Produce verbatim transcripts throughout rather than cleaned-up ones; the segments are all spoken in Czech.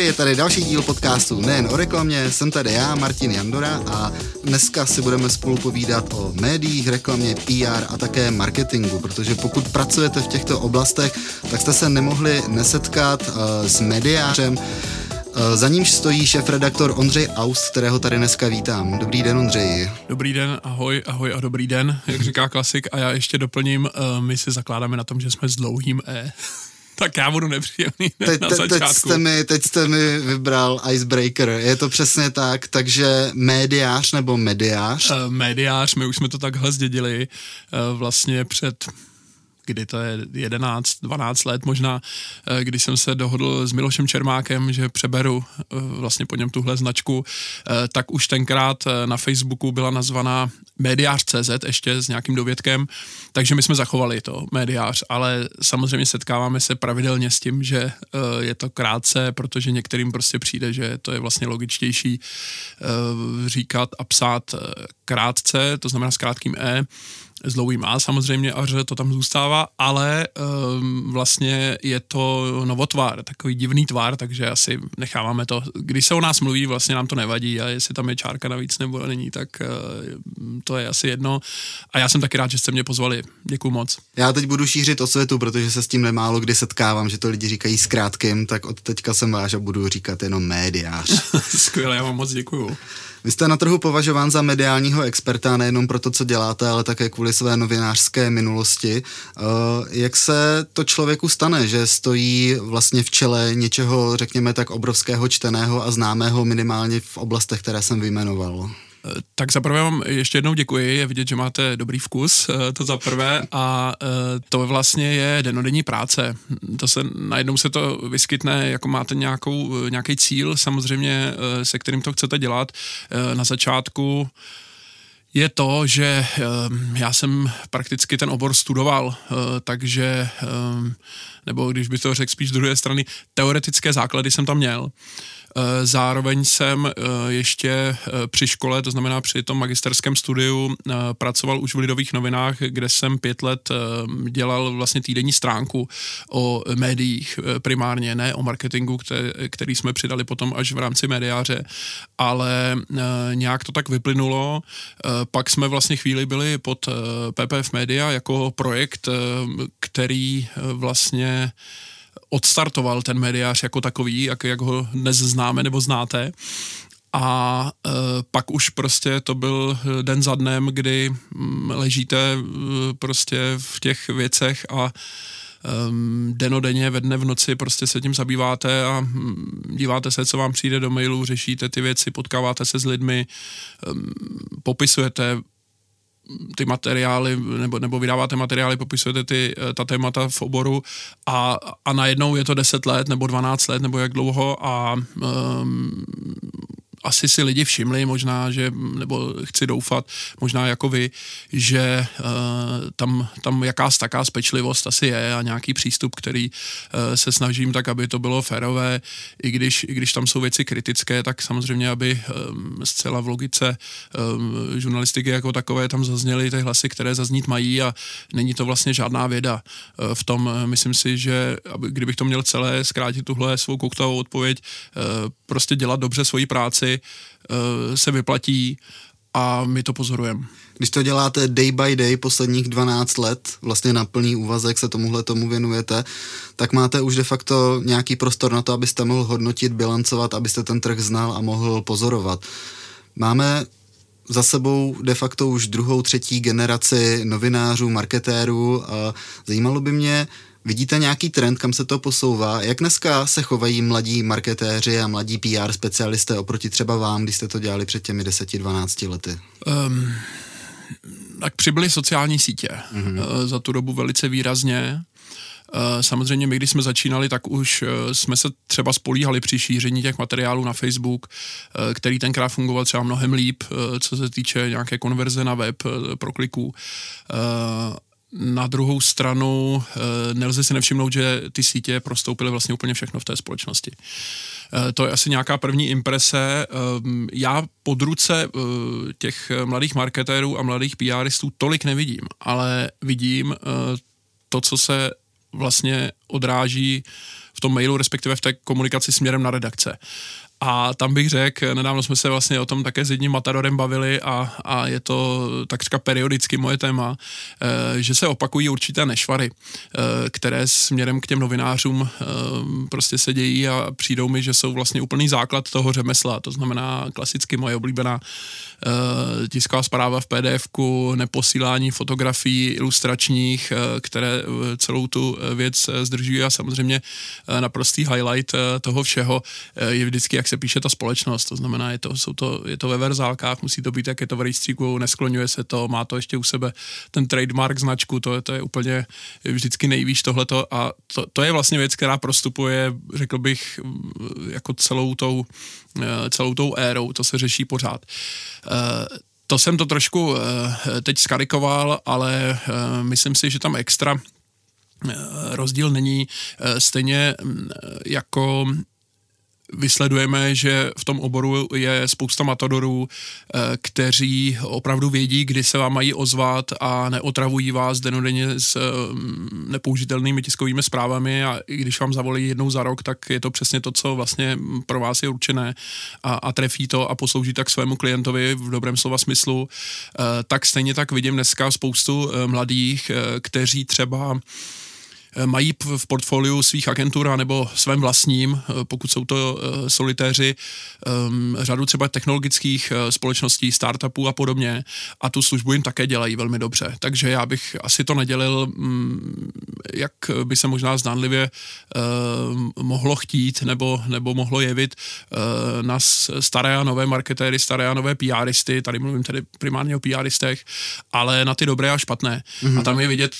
je tady další díl podcastu Nejen o reklamě, jsem tady já, Martin Jandora, a dneska si budeme spolu povídat o médiích, reklamě, P R a také marketingu, protože pokud pracujete v těchto oblastech, tak jste se nemohli nesetkat uh, s mediářem. Uh, za nímž stojí šéfredaktor Ondřej Aust, kterého tady dneska vítám. Dobrý den, Ondřeji. Dobrý den, ahoj, ahoj a dobrý den, jak říká klasik, a já ještě doplním, uh, my si zakládáme na tom, že jsme s dlouhým E. Tak já budu nepříjemný teď, na te, začátku. Teď jste, mi, teď jste mi vybral icebreaker, je to přesně tak, takže médiář nebo mediář? Uh, médiář, my už jsme to takhle zdědili uh, vlastně před... kdy to je jedenáct dvanáct let možná, když jsem se dohodl s Milošem Čermákem, že přeberu vlastně po něm tuhle značku, tak už tenkrát na Facebooku byla nazvaná Médiář tečka cé zet ještě s nějakým dovětkem, takže my jsme zachovali to Médiář, ale samozřejmě setkáváme se pravidelně s tím, že je to krátce, protože některým prostě přijde, že to je vlastně logičtější říkat a psát krátce, to znamená s krátkým E, s dlouhým A samozřejmě, a že to tam zůstává, ale um, vlastně je to novotvar, takový divný tvar, takže asi necháváme to. Když se o nás mluví, vlastně nám to nevadí, a jestli tam je čárka navíc nebo není, tak uh, to je asi jedno. A já jsem taky rád, že jste mě pozvali. Děkuju moc. Já teď budu šířit osvětu, protože se s tím nemálo kdy setkávám, že to lidi říkají s krátkým, tak od teďka jsem váš a budu říkat jenom médiář. Skvěle, já vám moc děkuju. Vy jste na trhu považován za mediálního experta nejenom pro to, co děláte, ale také kvůli své novinářské minulosti. Jak se to člověku stane, že stojí vlastně v čele něčeho, řekněme tak, obrovského, čteného a známého minimálně v oblastech, které jsem vyjmenoval? Tak za prvé vám ještě jednou děkuji, je vidět, že máte dobrý vkus, to za prvé, a to vlastně je dennodenní práce. To se, najednou se to vyskytne, jako máte nějakou, nějaký cíl, samozřejmě, se kterým to chcete dělat. Na začátku je to, že já jsem prakticky ten obor studoval, takže, nebo když by to řekl spíš z druhé strany, teoretické základy jsem tam měl. Zároveň jsem ještě při škole, to znamená při tom magisterském studiu, pracoval už v Lidových novinách, kde jsem pět let dělal vlastně týdenní stránku o médiích primárně, ne o marketingu, který jsme přidali potom až v rámci médiáře, ale nějak to tak vyplynulo. Pak jsme vlastně chvíli byli pod P P F Media jako projekt, který vlastně odstartoval ten médiář jako takový, jak, jak ho dnes známe nebo znáte. A e, pak už prostě to byl den za dnem, kdy m, ležíte e, prostě v těch věcech a Um, denodenně, ve dne v noci prostě se tím zabýváte a um, díváte se, co vám přijde do mailu, řešíte ty věci, potkáváte se s lidmi, um, popisujete ty materiály, nebo, nebo vydáváte materiály, popisujete ty, ta témata v oboru a, a najednou je to deset let, nebo dvanáct let, nebo jak dlouho, a um, asi si lidi všimli možná, že, nebo chci doufat, možná jako vy, že uh, tam, tam jakási taká pečlivost asi je a nějaký přístup, který uh, se snažím tak, aby to bylo férové, i když, i když tam jsou věci kritické, tak samozřejmě, aby um, zcela v logice um, žurnalistiky jako takové tam zazněly ty hlasy, které zaznít mají, a není to vlastně žádná věda uh, v tom. Myslím si, že aby, kdybych to měl celé zkrátit tuhle svou koktavou odpověď, uh, prostě dělat dobře svoji práci se vyplatí a my to pozorujeme. Když to děláte day by day posledních dvanáct let, vlastně na plný úvazek se tomuhle tomu věnujete, tak máte už de facto nějaký prostor na to, abyste mohl hodnotit, bilancovat, abyste ten trh znal a mohl pozorovat. Máme za sebou de facto už druhou, třetí generaci novinářů, marketérů. Zajímalo by mě, vidíte nějaký trend, kam se to posouvá? Jak dneska se chovají mladí marketéři a mladí P R specialisté oproti třeba vám, když jste to dělali před těmi deseti dvanácti lety? Um, tak přibyly sociální sítě. Mm-hmm. Za tu dobu velice výrazně. Samozřejmě my, když jsme začínali, tak už jsme se třeba spolíhali při šíření těch materiálů na Facebook, který tenkrát fungoval třeba mnohem líp, co se týče nějaké konverze na web, prokliků. Na druhou stranu nelze si nevšimnout, že ty sítě prostoupily vlastně úplně všechno v té společnosti. To je asi nějaká první imprese. Já pod ruce těch mladých marketérů a mladých PRistů tolik nevidím, ale vidím to, co se vlastně odráží v tom mailu, respektive v té komunikaci směrem na redakce. A tam bych řekl, nedávno jsme se vlastně o tom také s jedním matadorem bavili a, a je to takřka periodicky moje téma, e, že se opakují určité nešvary, e, které směrem k těm novinářům e, prostě se dějí a přijdou mi, že jsou vlastně úplný základ toho řemesla. To znamená klasicky moje oblíbená e, tisková zpráva v pé dé efku, neposílání fotografií ilustračních, e, které celou tu věc zdržují a samozřejmě e, naprostý highlight e, toho všeho e, je vždycky, jak se píše ta společnost, to znamená, je to, jsou to, je to ve verzálkách, musí to být, jak je to v rejstříku, neskloňuje se to, má to ještě u sebe ten trademark, značku, to je, to je úplně vždycky nejvíc tohleto a to, to je vlastně věc, která prostupuje, řekl bych, jako celou tou, celou tou érou, to se řeší pořád. To jsem to trošku teď skarikoval, ale myslím si, že tam extra rozdíl není, stejně jako vysledujeme, že v tom oboru je spousta matadorů, kteří opravdu vědí, kdy se vám mají ozvat a neotravují vás dennodenně s nepoužitelnými tiskovými zprávami a i když vám zavolí jednou za rok, tak je to přesně to, co vlastně pro vás je určené a, a trefí to a poslouží tak svému klientovi v dobrém slova smyslu. Tak stejně tak vidím dneska spoustu mladých, kteří třeba mají v portfoliu svých agentur nebo svém vlastním, pokud jsou to solitéři, řadu třeba technologických společností, startupů a podobně a tu službu jim také dělají velmi dobře. Takže já bych asi to nedělil, jak by se možná zdánlivě mohlo chtít nebo, nebo mohlo jevit na staré a nové marketéry, staré a nové PRisty, tady mluvím tedy primárně o PRistech, ale na ty dobré a špatné. Mm-hmm. A tam je vidět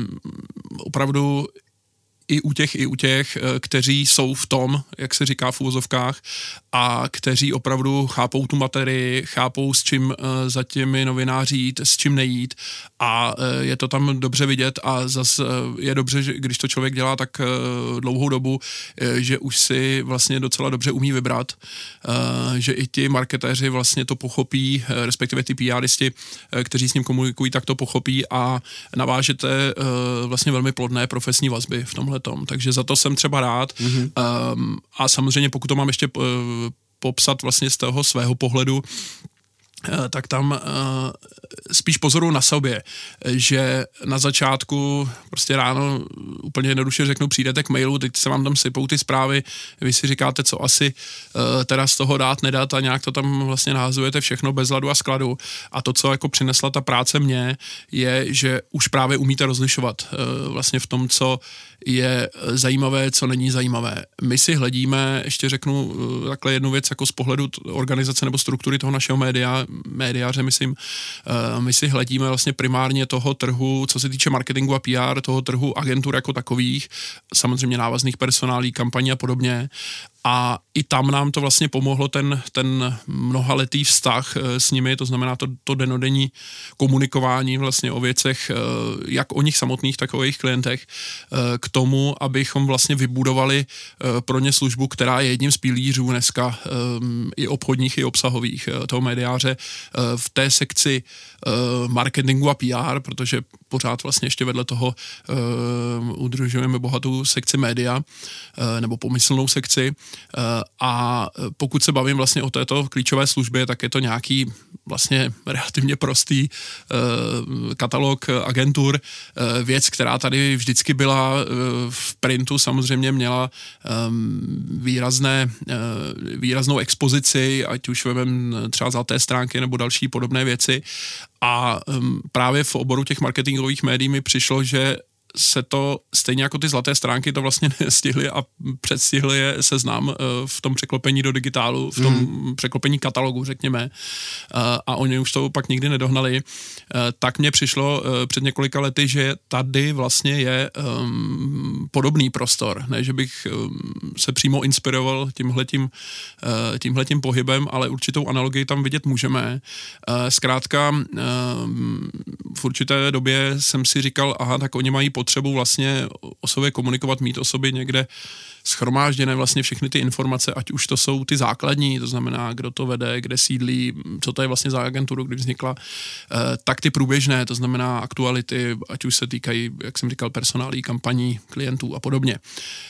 opravdu i u těch, i u těch, kteří jsou v tom, jak se říká v uvozovkách, a kteří opravdu chápou tu materii, chápou, s čím za těmi novináři jít, s čím nejít a je to tam dobře vidět a zase je dobře, že když to člověk dělá tak dlouhou dobu, že už si vlastně docela dobře umí vybrat, že i ti marketéři vlastně to pochopí, respektive ty PRisti, kteří s ním komunikují, tak to pochopí a navážete vlastně velmi plodné profesní vazby v tomhle tom. Takže za to jsem třeba rád. Mm-hmm. Um, a samozřejmě pokud to mám ještě uh, popsat vlastně z toho svého pohledu, uh, tak tam uh, spíš pozoruju na sobě, že na začátku prostě ráno úplně jednoduše řeknu, přijdete k mailu, teď se vám tam sypou ty zprávy, vy si říkáte, co asi uh, teda z toho dát, nedat a nějak to tam vlastně nahazujete všechno bez ladu a skladu. A to, co jako přinesla ta práce mně, je, že už právě umíte rozlišovat uh, vlastně v tom, co je zajímavé, co není zajímavé. My si hledíme, ještě řeknu takhle jednu věc, jako z pohledu organizace nebo struktury toho našeho média, médiáře, myslím, my si hledíme vlastně primárně toho trhu, co se týče marketingu a P R, toho trhu agentur jako takových, samozřejmě návazných personálí, kampaní a podobně. A i tam nám to vlastně pomohlo ten, ten mnohaletý vztah s nimi, to znamená to, to dennodenní komunikování vlastně o věcech, jak o nich samotných, tak o jejich klientech, k tomu, abychom vlastně vybudovali pro ně službu, která je jedním z pilířů dneska i obchodních, i obsahových toho médiáře v té sekci marketingu a P R, protože pořád vlastně ještě vedle toho udržujeme bohatou sekci média nebo pomyslnou sekci. A pokud se bavím vlastně o této klíčové službě, tak je to nějaký vlastně relativně prostý katalog agentur. Věc, která tady vždycky byla v printu, samozřejmě měla výrazné, výraznou expozici, ať už vemem třeba Zlaté stránky nebo další podobné věci. A právě v oboru těch marketingových médií mi přišlo, že se to, stejně jako ty Zlaté stránky to vlastně nestihly a předstihly je Seznam v tom překlopení do digitálu, v tom mm. překlopení katalogu, řekněme, a oni už to pak nikdy nedohnali, tak mně přišlo před několika lety, že tady vlastně je um, podobný prostor, ne, že bych um, se přímo inspiroval tímhletím, uh, tímhletím pohybem, ale určitou analogii tam vidět můžeme. Uh, zkrátka um, v určité době jsem si říkal, aha, tak oni mají potřebu vlastně o sobě komunikovat, mít o sobě někde schromážděné vlastně všechny ty informace, ať už to jsou ty základní, to znamená, kdo to vede, kde sídlí, co to je vlastně za agenturu, kdy vznikla, tak ty průběžné, to znamená aktuality, ať už se týkají, jak jsem říkal, personálí, kampaní, klientů a podobně.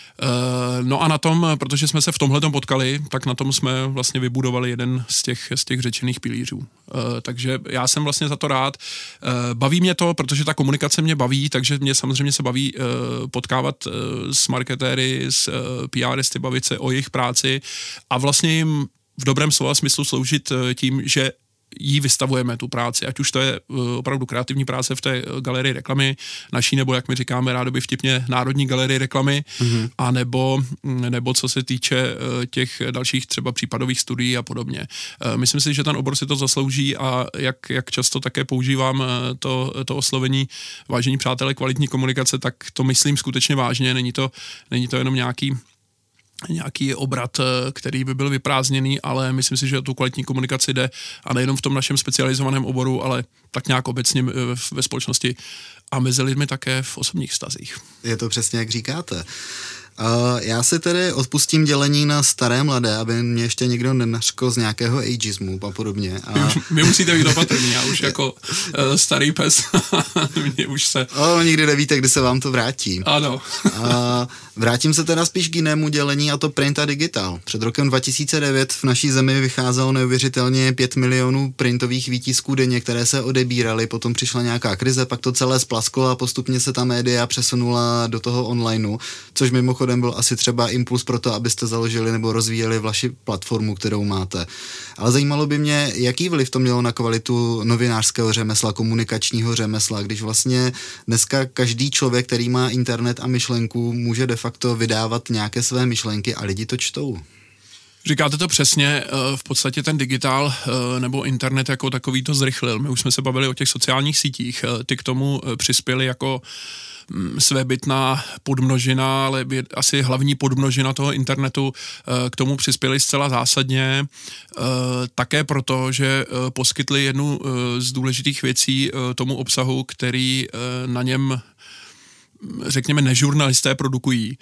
No a na tom, protože jsme se v tomhletom potkali, tak na tom jsme vlastně vybudovali jeden z těch, z těch řečených pilířů. Takže já jsem vlastně za to rád. Baví mě to, protože ta komunikace mě baví, takže mě samozřejmě se baví potkávat s marketéry, s PRisty, bavit se o jejich práci a vlastně jim v dobrém slova smyslu sloužit tím, že jí vystavujeme tu práci, ať už to je opravdu kreativní práce v té galerii reklamy naší, nebo jak my říkáme rádoby vtipně národní galerii reklamy, mm-hmm. a nebo, nebo co se týče těch dalších třeba případových studií a podobně. Myslím si, že ten obor si to zaslouží a jak, jak často také používám to, to oslovení vážení přátelé kvalitní komunikace, tak to myslím skutečně vážně, není to, není to jenom nějaký nějaký obrat, který by byl vyprázdněný, ale myslím si, že o tu kvalitní komunikaci jde a nejenom v tom našem specializovaném oboru, ale tak nějak obecně ve společnosti a mezi lidmi také v osobních vztazích. Je to přesně, jak říkáte. Uh, já si tedy odpustím dělení na staré mladé, aby mě ještě někdo nenařkl z nějakého ageismu a podobně. A... Vy, vy musíte být opatrní, já už jako uh, starý pes, mě už se... O, nikdy nevíte, kdy se vám to vrátí. Ano. uh, vrátím se teda spíš k jinému dělení, a to print a digital. Před rokem dva tisíce devět v naší zemi vycházelo neuvěřitelně pět milionů printových výtisků denně, které se odebíraly, potom přišla nějaká krize, pak to celé splasklo a postupně se ta média přesunula do toho onlineu, což mimochodem byl asi třeba impuls pro to, abyste založili nebo rozvíjeli vaši platformu, kterou máte. Ale zajímalo by mě, jaký vliv to mělo na kvalitu novinářského řemesla, komunikačního řemesla, když vlastně dneska každý člověk, který má internet a myšlenku, může de facto vydávat nějaké své myšlenky a lidi to čtou. Říkáte to přesně, v podstatě ten digitál nebo internet jako takový to zrychlil. My už jsme se bavili o těch sociálních sítích, ty k tomu přispěli jako svébytná podmnožina, ale asi hlavní podmnožina toho internetu k tomu přispěli zcela zásadně. Také proto, že poskytli jednu z důležitých věcí tomu obsahu, který na něm řekněme nežurnalisté produkují,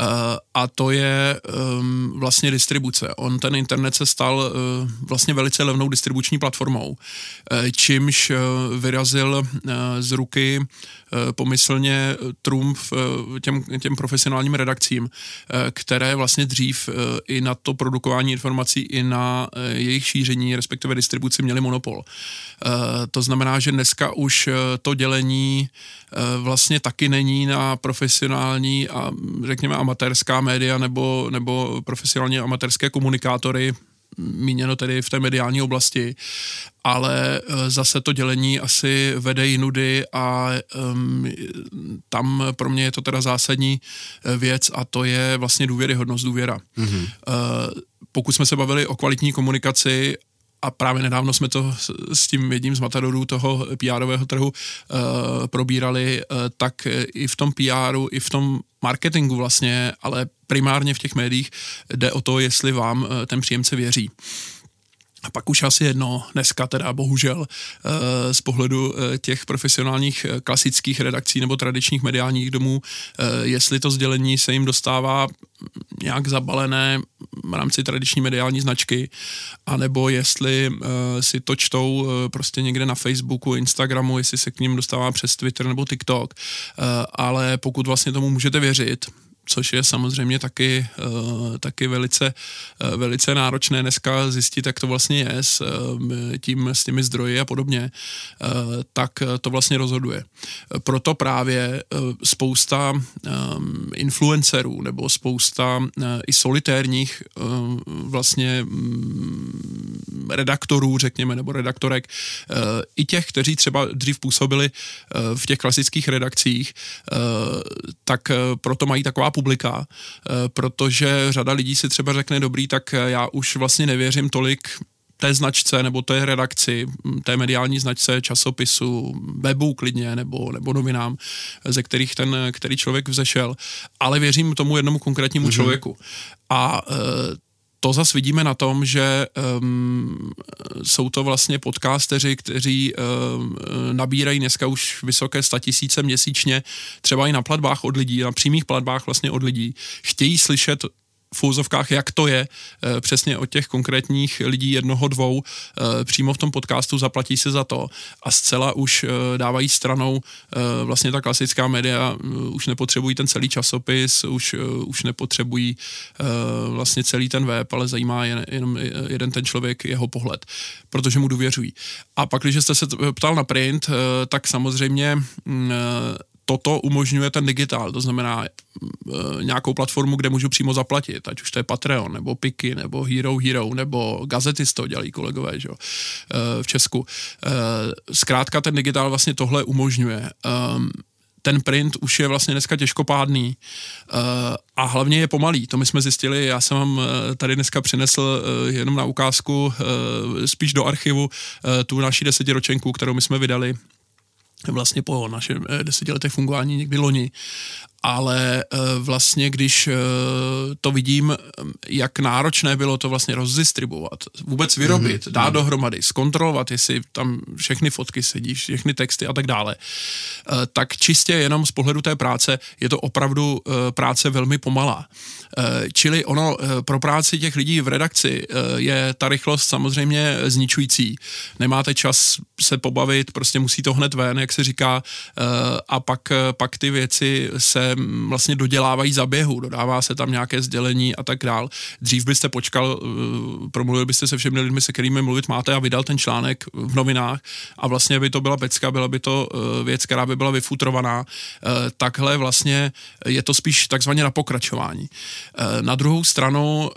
a to je vlastně distribuce. On ten internet se stal vlastně velice levnou distribuční platformou, čímž vyrazil z ruky pomyslně trumf těm, těm profesionálním redakcím, které vlastně dřív i na to produkování informací, i na jejich šíření, respektive distribuci měli monopol. To znamená, že dneska už to dělení vlastně taky není na profesionální a řekněme amatérská média nebo, nebo profesionálně amatérské komunikátory, míněno tedy v té mediální oblasti, ale zase to dělení asi vede jinudy a um, tam pro mě je to teda zásadní věc a to je vlastně důvěryhodnost, důvěra. Mm-hmm. Uh, pokud jsme se bavili o kvalitní komunikaci a právě nedávno jsme to s, s tím jedním z matadorů toho P R-ového trhu uh, probírali, uh, tak i v tom P R-u, i v tom marketingu vlastně, ale primárně v těch médiích jde o to, jestli vám uh, ten příjemce věří. A pak už asi jedno, dneska teda bohužel z pohledu těch profesionálních klasických redakcí nebo tradičních mediálních domů, jestli to sdělení se jim dostává nějak zabalené v rámci tradiční mediální značky, anebo jestli si to čtou prostě někde na Facebooku, Instagramu, jestli se k ním dostává přes Twitter nebo TikTok, ale pokud vlastně tomu můžete věřit, což je samozřejmě taky, uh, taky velice, uh, velice náročné dneska zjistit, jak to vlastně je s, uh, tím, s těmi zdroji a podobně, uh, tak to vlastně rozhoduje. Proto právě uh, spousta um, influencerů nebo spousta uh, i solitérních uh, vlastně um, redaktorů, řekněme, nebo redaktorek, uh, i těch, kteří třeba dřív působili uh, v těch klasických redakcích, uh, tak uh, proto mají taková publika, protože řada lidí si třeba řekne, dobrý, tak já už vlastně nevěřím tolik té značce nebo té redakci, té mediální značce, časopisu, webu klidně nebo, nebo novinám, ze kterých ten, který člověk vzešel, ale věřím tomu jednomu konkrétnímu mm-hmm. člověku. A to zas vidíme na tom, že um, jsou to vlastně podcasteři, kteří um, nabírají dneska už vysoké statisíce měsíčně, třeba i na platbách od lidí, na přímých platbách vlastně od lidí. Chtějí slyšet v úzovkách, jak to je, e, přesně od těch konkrétních lidí jednoho, dvou, e, přímo v tom podcastu, zaplatí se za to a zcela už e, dávají stranou e, vlastně ta klasická média, e, už nepotřebují ten celý časopis, už, e, už nepotřebují e, vlastně celý ten web, ale zajímá jen, jenom jeden ten člověk, jeho pohled, protože mu důvěřují. A pak, když jste se ptal na print, e, tak samozřejmě e, toto umožňuje ten digitál, to znamená e, nějakou platformu, kde můžu přímo zaplatit, ať už to je Patreon, nebo Piky, nebo Hero Hero, nebo Gazety to dělají kolegové, že? E, v Česku. E, zkrátka ten digitál vlastně tohle umožňuje. E, ten print už je vlastně dneska těžkopádný e, a hlavně je pomalý, to my jsme zjistili, já jsem vám tady dneska přinesl e, jenom na ukázku, e, spíš do archivu, e, tu naši desetiročenku, kterou my jsme vydali vlastně po našem desetiletech fungování někdy loni, ale vlastně, když to vidím, jak náročné bylo to vlastně rozdistribuovat, vůbec vyrobit, mm-hmm. dát dohromady, zkontrolovat, jestli tam všechny fotky sedí, všechny texty a tak dále, tak čistě jenom z pohledu té práce je to opravdu práce velmi pomalá. Čili ono pro práci těch lidí v redakci je ta rychlost samozřejmě zničující. Nemáte čas se pobavit, prostě musí to hned ven, jak se říká, a pak, pak ty věci se vlastně dodělávají za běhu, dodává se tam nějaké sdělení a tak dál. Dřív byste počkal, promluvil byste se všemi lidmi, se kterými mluvit máte a vydal ten článek v novinách a vlastně by to byla pecka, byla by to věc, která by byla vyfutrovaná. Takhle vlastně je to spíš takzvaně na pokračování. Na druhou stranu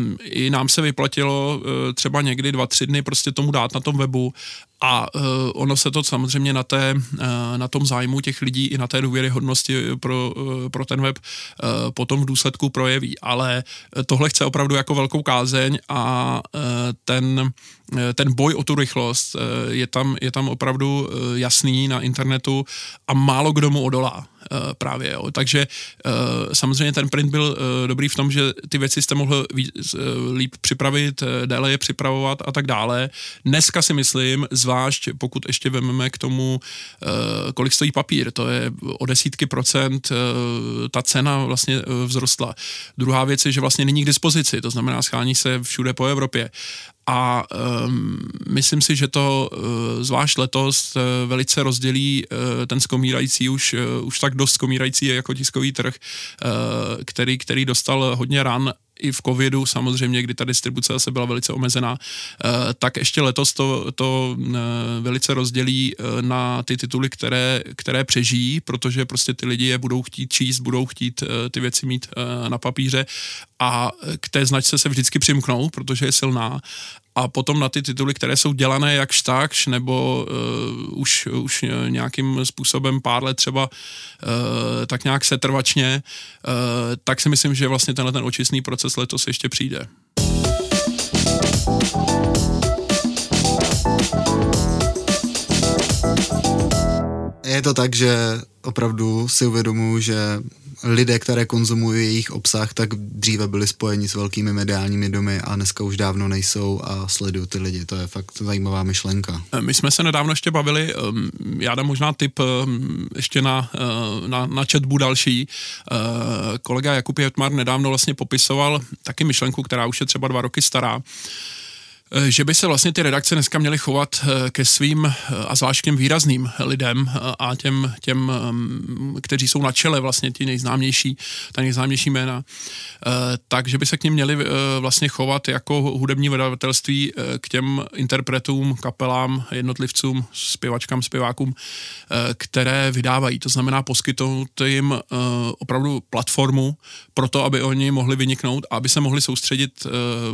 i nám se vyplatilo třeba někdy dva, tři dny prostě tomu dát na tom webu a uh, ono se to samozřejmě na, té, uh, na tom zájmu těch lidí i na té důvěryhodnosti pro, uh, pro ten web uh, potom v důsledku projeví. Ale tohle chce opravdu jako velkou kázeň a uh, ten, uh, ten boj o tu rychlost uh, je, tam, je tam opravdu uh, jasný na internetu a málo kdo mu odolá. Uh, právě, jo. Takže uh, samozřejmě ten print byl uh, dobrý v tom, že ty věci jste mohl víc, uh, líp připravit, uh, déle je připravovat a tak dále. Dneska si myslím, zvlášť pokud ještě vezmeme k tomu, uh, kolik stojí papír, to je o desítky procent, uh, ta cena vlastně uh, vzrostla. Druhá věc je, že vlastně není k dispozici, to znamená schání se všude po Evropě. A um, myslím si, že to uh, zvlášť letos uh, velice rozdělí uh, ten skomírající, už, uh, už tak dost skomírající je jako tiskový trh, uh, který, který dostal hodně ran i v covidu samozřejmě, kdy ta distribuce zase byla velice omezená, tak ještě letos to, to velice rozdělí na ty tituly, které, které přežijí, protože prostě ty lidi je budou chtít číst, budou chtít ty věci mít na papíře a k té značce se vždycky přimknou, protože je silná. A potom na ty tituly, které jsou dělané jakž takž, nebo uh, už, už nějakým způsobem pár let třeba uh, tak nějak setrvačně, uh, tak si myslím, že vlastně tenhle ten očistný proces letos ještě přijde. Je to tak, že opravdu si uvědomuji, že lidé, které konzumují jejich obsah, tak dříve byli spojeni s velkými mediálními domy a dneska už dávno nejsou a sledují ty lidi. To je fakt zajímavá myšlenka. My jsme se nedávno ještě bavili, já dám možná tip ještě na, na, na chatbu další. Kolega Jakub Jetmar nedávno vlastně popisoval taky myšlenku, která už je třeba dva roky stará, že by se vlastně ty redakce dneska měly chovat ke svým a zvlášť těm výrazným lidem a těm, těm, kteří jsou na čele vlastně ti nejznámější, ta nejznámější jména, takže by se k nim měli vlastně chovat jako hudební vydavatelství k těm interpretům, kapelám, jednotlivcům, zpěvačkám, zpěvákům, které vydávají. To znamená poskytnout jim opravdu platformu pro to, aby oni mohli vyniknout a aby se mohli soustředit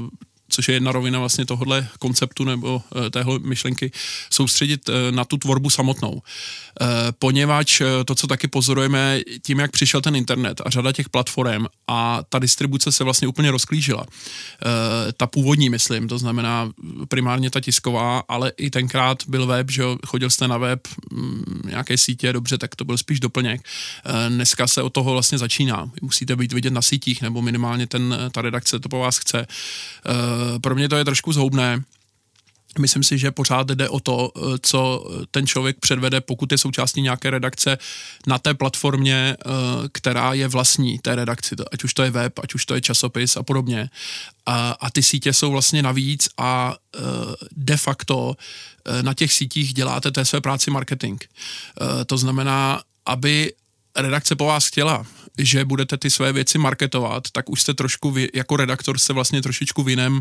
což je jedna rovina vlastně tohohle konceptu nebo téhle myšlenky, soustředit na tu tvorbu samotnou. Poněvadž to, co taky pozorujeme, tím, jak přišel ten internet a řada těch platform a ta distribuce se vlastně úplně rozklížila. Ta původní, myslím, to znamená primárně ta tisková, ale i tenkrát byl web, že chodil jste na web, nějaké sítě, dobře, tak to byl spíš doplněk. Dneska se od toho vlastně začíná. Musíte být vidět na sítích, nebo minimálně ten, ta redakce to po vás chce. Pro mě to je trošku zhoubné. Myslím si, že pořád jde o to, co ten člověk předvede, pokud je součástí nějaké redakce na té platformě, která je vlastní té redakci, ať už to je web, ať už to je časopis a podobně. A, a ty sítě jsou vlastně navíc a de facto na těch sítích děláte té své práci marketing. To znamená, aby redakce po vás chtěla, že budete ty své věci marketovat, tak už jste trošku, vy, jako redaktor jste vlastně trošičku v jiném,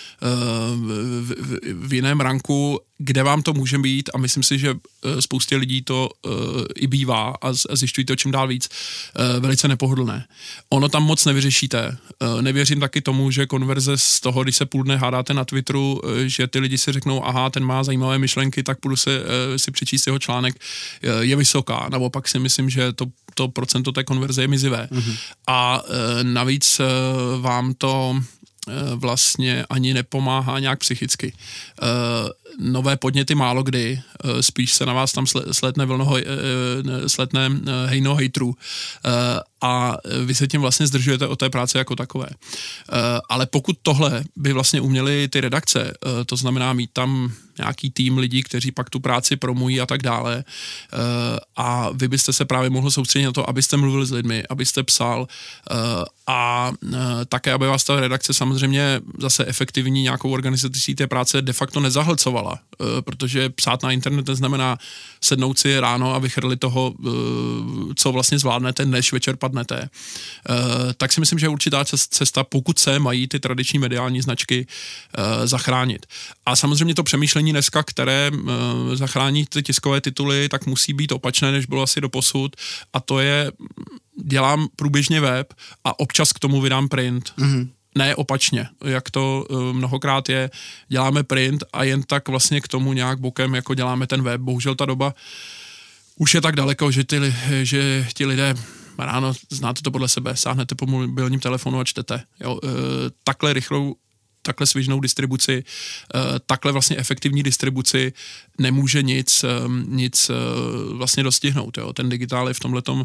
v, v, v jiném ranku, kde vám to může být a myslím si, že spoustě lidí to uh, i bývá a zjišťují to čím dál víc uh, velice nepohodlné. Ono tam moc nevyřešíte. Uh, nevěřím taky tomu, že konverze z toho, když se půl dne hádáte na Twitteru, uh, že ty lidi si řeknou, aha, ten má zajímavé myšlenky, tak půjdu si, uh, si přečíst jeho článek, uh, je vysoká. Naopak si myslím, že to, to procento té konverze je mizivé. Mm-hmm. A uh, navíc uh, vám to vlastně ani nepomáhá nějak psychicky. Nové podněty málo kdy, spíš se na vás tam sletne vlno, sletne hejno hejtrů a vy se tím vlastně zdržujete od té práce jako takové. Ale pokud tohle by vlastně uměly ty redakce, to znamená mít tam nějaký tým lidí, kteří pak tu práci promují a tak dále a vy byste se právě mohl soustředit na to, abyste mluvili s lidmi, abyste psal a také, aby vás ta redakce samozřejmě zase efektivní nějakou organizací té práce de facto nezahlcovala, protože psát na internet neznamená sednout si ráno a vychrlit toho, co vlastně zvládnete, než večer padnete. Tak si myslím, že je určitá cesta, pokud se mají ty tradiční mediální značky zachránit. A samozřejmě to přemýšlení dneska, které zachrání ty tiskové tituly, tak musí být opačné, než bylo asi doposud, a to je, dělám průběžně web a občas k tomu vydám print. Mm-hmm. Ne opačně, jak to uh, mnohokrát je, děláme print a jen tak vlastně k tomu nějak bokem, jako děláme ten web. Bohužel ta doba už je tak daleko, že, ty, že ti lidé ráno, znáte to podle sebe, sáhnete po mobilním telefonu a čtete. Jo, uh, takhle rychlou takhle svižnou distribuci, takhle vlastně efektivní distribuci nemůže nic, nic vlastně dostihnout. Jo. Ten digitál je v tomhletom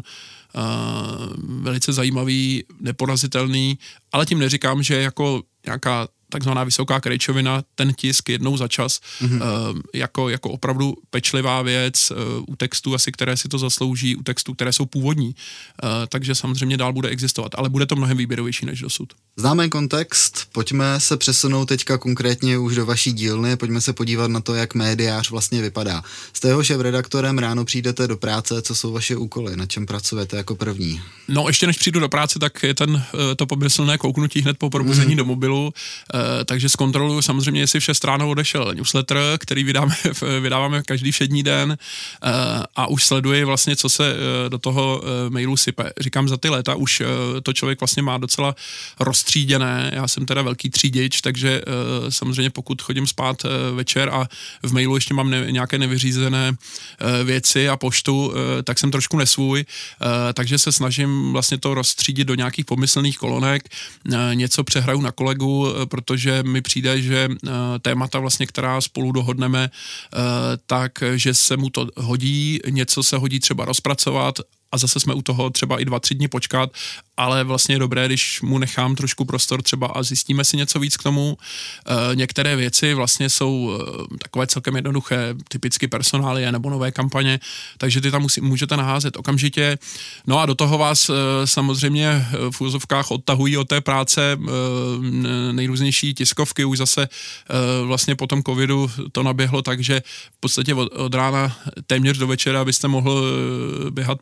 velice zajímavý, neporazitelný, ale tím neříkám, že jako nějaká takzvaná vysoká krejčovina, ten tisk jednou za čas, mm-hmm. uh, jako, jako opravdu pečlivá věc, uh, u textů asi, které si to zaslouží, u textů, které jsou původní, uh, takže samozřejmě dál bude existovat, ale bude to mnohem výběrovější než dosud. Známe kontext, pojďme se přesunout teďka konkrétně už do vaší dílny, pojďme se podívat na to, jak médiář vlastně vypadá. Jste jeho šéfredaktorem, ráno přijdete do práce, co jsou vaše úkoly, na čem pracujete jako první? No ještě než přijdu do práce, tak je ten, to pomyslné kouknutí hned po probuzení mm. do mobilu, uh, takže zkontroluju samozřejmě, jestli vše ráno odešel newsletter, který vydáme, vydáváme každý všední den uh, a už sleduji vlastně, co se uh, do toho uh, mailu sype. Říkám, za ty léta už uh, to člověk vlastně má docela rozstříděné, já jsem teda velký třídič, takže uh, samozřejmě pokud chodím spát uh, večer a v mailu ještě mám ne, nějaké nevyřízené uh, věci a poštu, uh, tak jsem trošku nesvůj, uh, takže se snažím vlastně to rozstřídit do nějakých pomyslných kolonek, uh, něco přehraju na kolegu, uh, protože mi přijde, že uh, témata vlastně, která spolu dohodneme, uh, tak, že se mu to hodí, něco se hodí třeba rozpracovat a zase jsme u toho třeba i dva, tři dny počkat, ale vlastně je dobré, když mu nechám trošku prostor třeba a zjistíme si něco víc k tomu. E, některé věci vlastně jsou e, takové celkem jednoduché, typicky personálie nebo nové kampaně, takže ty tam musí, můžete naházet okamžitě. No a do toho vás e, samozřejmě v úzovkách odtahují od té práce e, nejrůznější tiskovky, už zase e, vlastně po tom covidu to naběhlo, takže v podstatě od, od rána téměř do večera byste mohl běhat po městě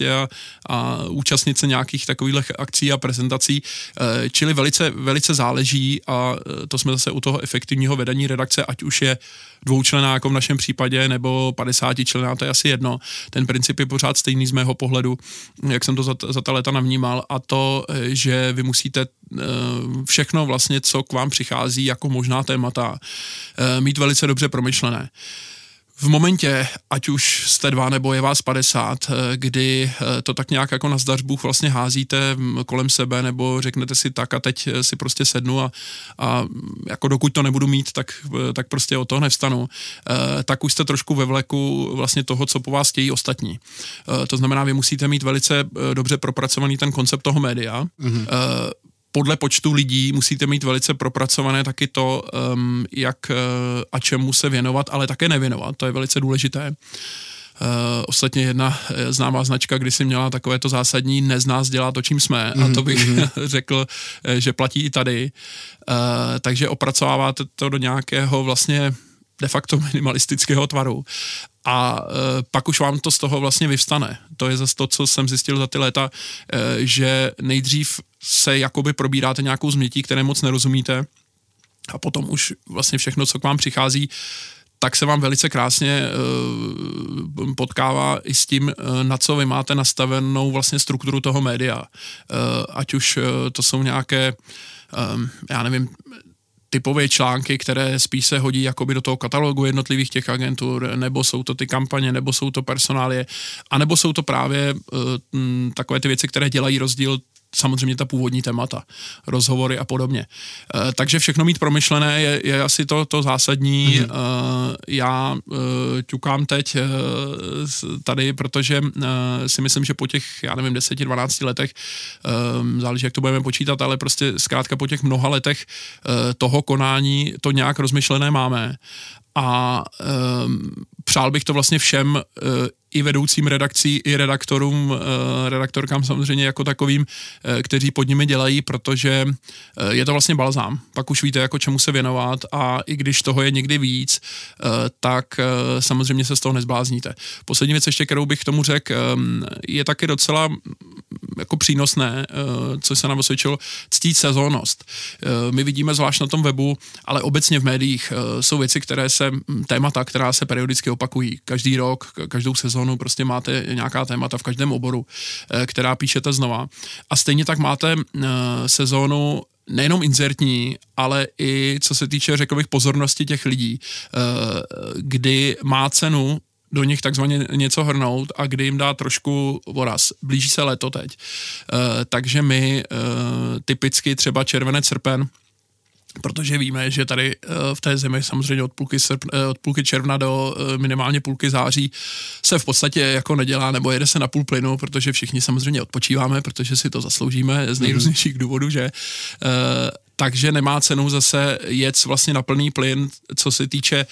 prostě a, a účastnit se nějakých takových akcí a prezentací, čili velice, velice záleží a to jsme zase u toho efektivního vedení redakce, ať už je dvoučlenná jako v našem případě, nebo padesátičlenná, to je asi jedno. Ten princip je pořád stejný z mého pohledu, jak jsem to za, za ta léta navnímal, a to, že vy musíte všechno vlastně, co k vám přichází jako možná témata, mít velice dobře promyšlené. V momentě, ať už jste dva nebo je vás padesát, kdy to tak nějak jako na zdařbůh vlastně házíte kolem sebe nebo řeknete si tak a teď si prostě sednu a, a jako dokud to nebudu mít, tak, tak prostě o toho nevstanu, tak už jste trošku ve vleku vlastně toho, co po vás chtějí ostatní. To znamená, vy musíte mít velice dobře propracovaný ten koncept toho média. Mm-hmm. Podle počtu lidí musíte mít velice propracované taky to, um, jak uh, a čemu se věnovat, ale také nevěnovat, to je velice důležité. Uh, ostatně jedna známá značka, když si měla takové to zásadní nez nás dělá to, čím jsme, mm, a to bych mm. řekl, že platí i tady. Uh, takže opracováváte to do nějakého vlastně de facto minimalistického tvaru. A e, pak už vám to z toho vlastně vyvstane. To je zase to, co jsem zjistil za ty léta, e, že nejdřív se jakoby probíráte nějakou změtí, které moc nerozumíte, a potom už vlastně všechno, co k vám přichází, tak se vám velice krásně e, potkává i s tím, e, na co vy máte nastavenou vlastně strukturu toho média. E, ať už e, to jsou nějaké, e, já nevím, typové články, které spíš se hodí jakoby do toho katalogu jednotlivých těch agentur, nebo jsou to ty kampaně, nebo jsou to personálie, anebo jsou to právě uh, m, takové ty věci, které dělají rozdíl, samozřejmě ta původní témata, rozhovory a podobně. Uh, takže všechno mít promyšlené je, je asi to, to zásadní. Mm-hmm. Uh, já uh, ťukám teď uh, tady, protože uh, si myslím, že po těch, já nevím, deseti, dvanácti letech, uh, záleží, jak to budeme počítat, ale prostě zkrátka po těch mnoha letech uh, toho konání to nějak rozmyšlené máme. A um, přál bych to vlastně všem uh, i vedoucím redakcí, i redaktorům, uh, redaktorkám samozřejmě jako takovým, uh, kteří pod nimi dělají, protože uh, je to vlastně balzám. Pak už víte, jako čemu se věnovat, a i když toho je někdy víc, uh, tak uh, samozřejmě se z toho nezblázníte. Poslední věc ještě, kterou bych k tomu řekl, um, je taky docela jako přínosné, uh, co se nám osvědčilo, ctít sezónnost. Uh, my vidíme zvlášť na tom webu, ale obecně v médiích uh, jsou věci, které se, témata, která se periodicky opakují. Každý rok, každou sezónu prostě máte nějaká témata v každém oboru, uh, která píšete znova. A stejně tak máte uh, sezónu nejenom inzertní, ale i co se týče, řekl bych, pozornosti těch lidí, uh, kdy má cenu do nich takzvaně něco hrnout a kdy jim dá trošku voraz. Blíží se léto teď. Uh, takže my uh, typicky třeba červenec, srpen, protože víme, že tady uh, v té zemi samozřejmě od půlky, srp, uh, od půlky června do uh, minimálně půlky září se v podstatě jako nedělá, nebo jede se na půl plynu, protože všichni samozřejmě odpočíváme, protože si to zasloužíme z nejrůznějších důvodů, že uh, takže nemá cenu zase jet vlastně na plný plyn, co se týče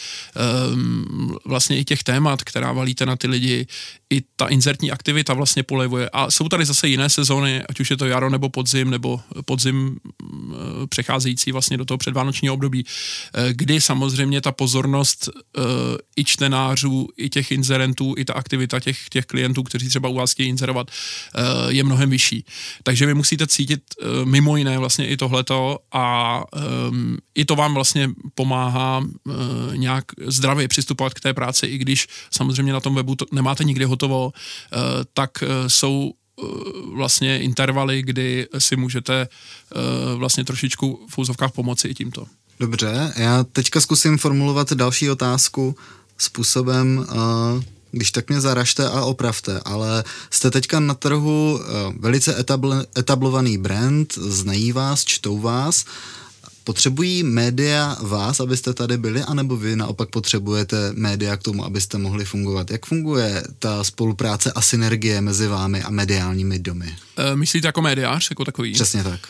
um, vlastně i těch témat, která valíte na ty lidi, i ta inzertní aktivita vlastně polevuje. A jsou tady zase jiné sezóny, ať už je to jaro nebo podzim, nebo podzim uh, přecházející vlastně do toho předvánočního období, uh, kdy samozřejmě ta pozornost uh, i čtenářů, i těch inzerentů, i ta aktivita těch, těch klientů, kteří třeba u vás chtějí inzerovat, uh, je mnohem vyšší. Takže vy musíte cítit uh, mimo jiné vlastně i tohleto, a um, i to vám vlastně pomáhá uh, nějak zdravě přistupovat k té práci, i když samozřejmě na tom webu to nemáte nikdy hotovo, uh, tak uh, jsou uh, vlastně intervaly, kdy si můžete uh, vlastně trošičku v úzovkách pomoci i tímto. Dobře, já teďka zkusím formulovat další otázku způsobem, uh, když tak mě zaražte a opravte, ale jste teďka na trhu uh, velice etabl- etablovaný brand, znají vás, čtou vás. Potřebují média vás, abyste tady byli, anebo vy naopak potřebujete média k tomu, abyste mohli fungovat? Jak funguje ta spolupráce a synergie mezi vámi a mediálními domy? E, myslíte jako médiář, jako takový? Přesně tak.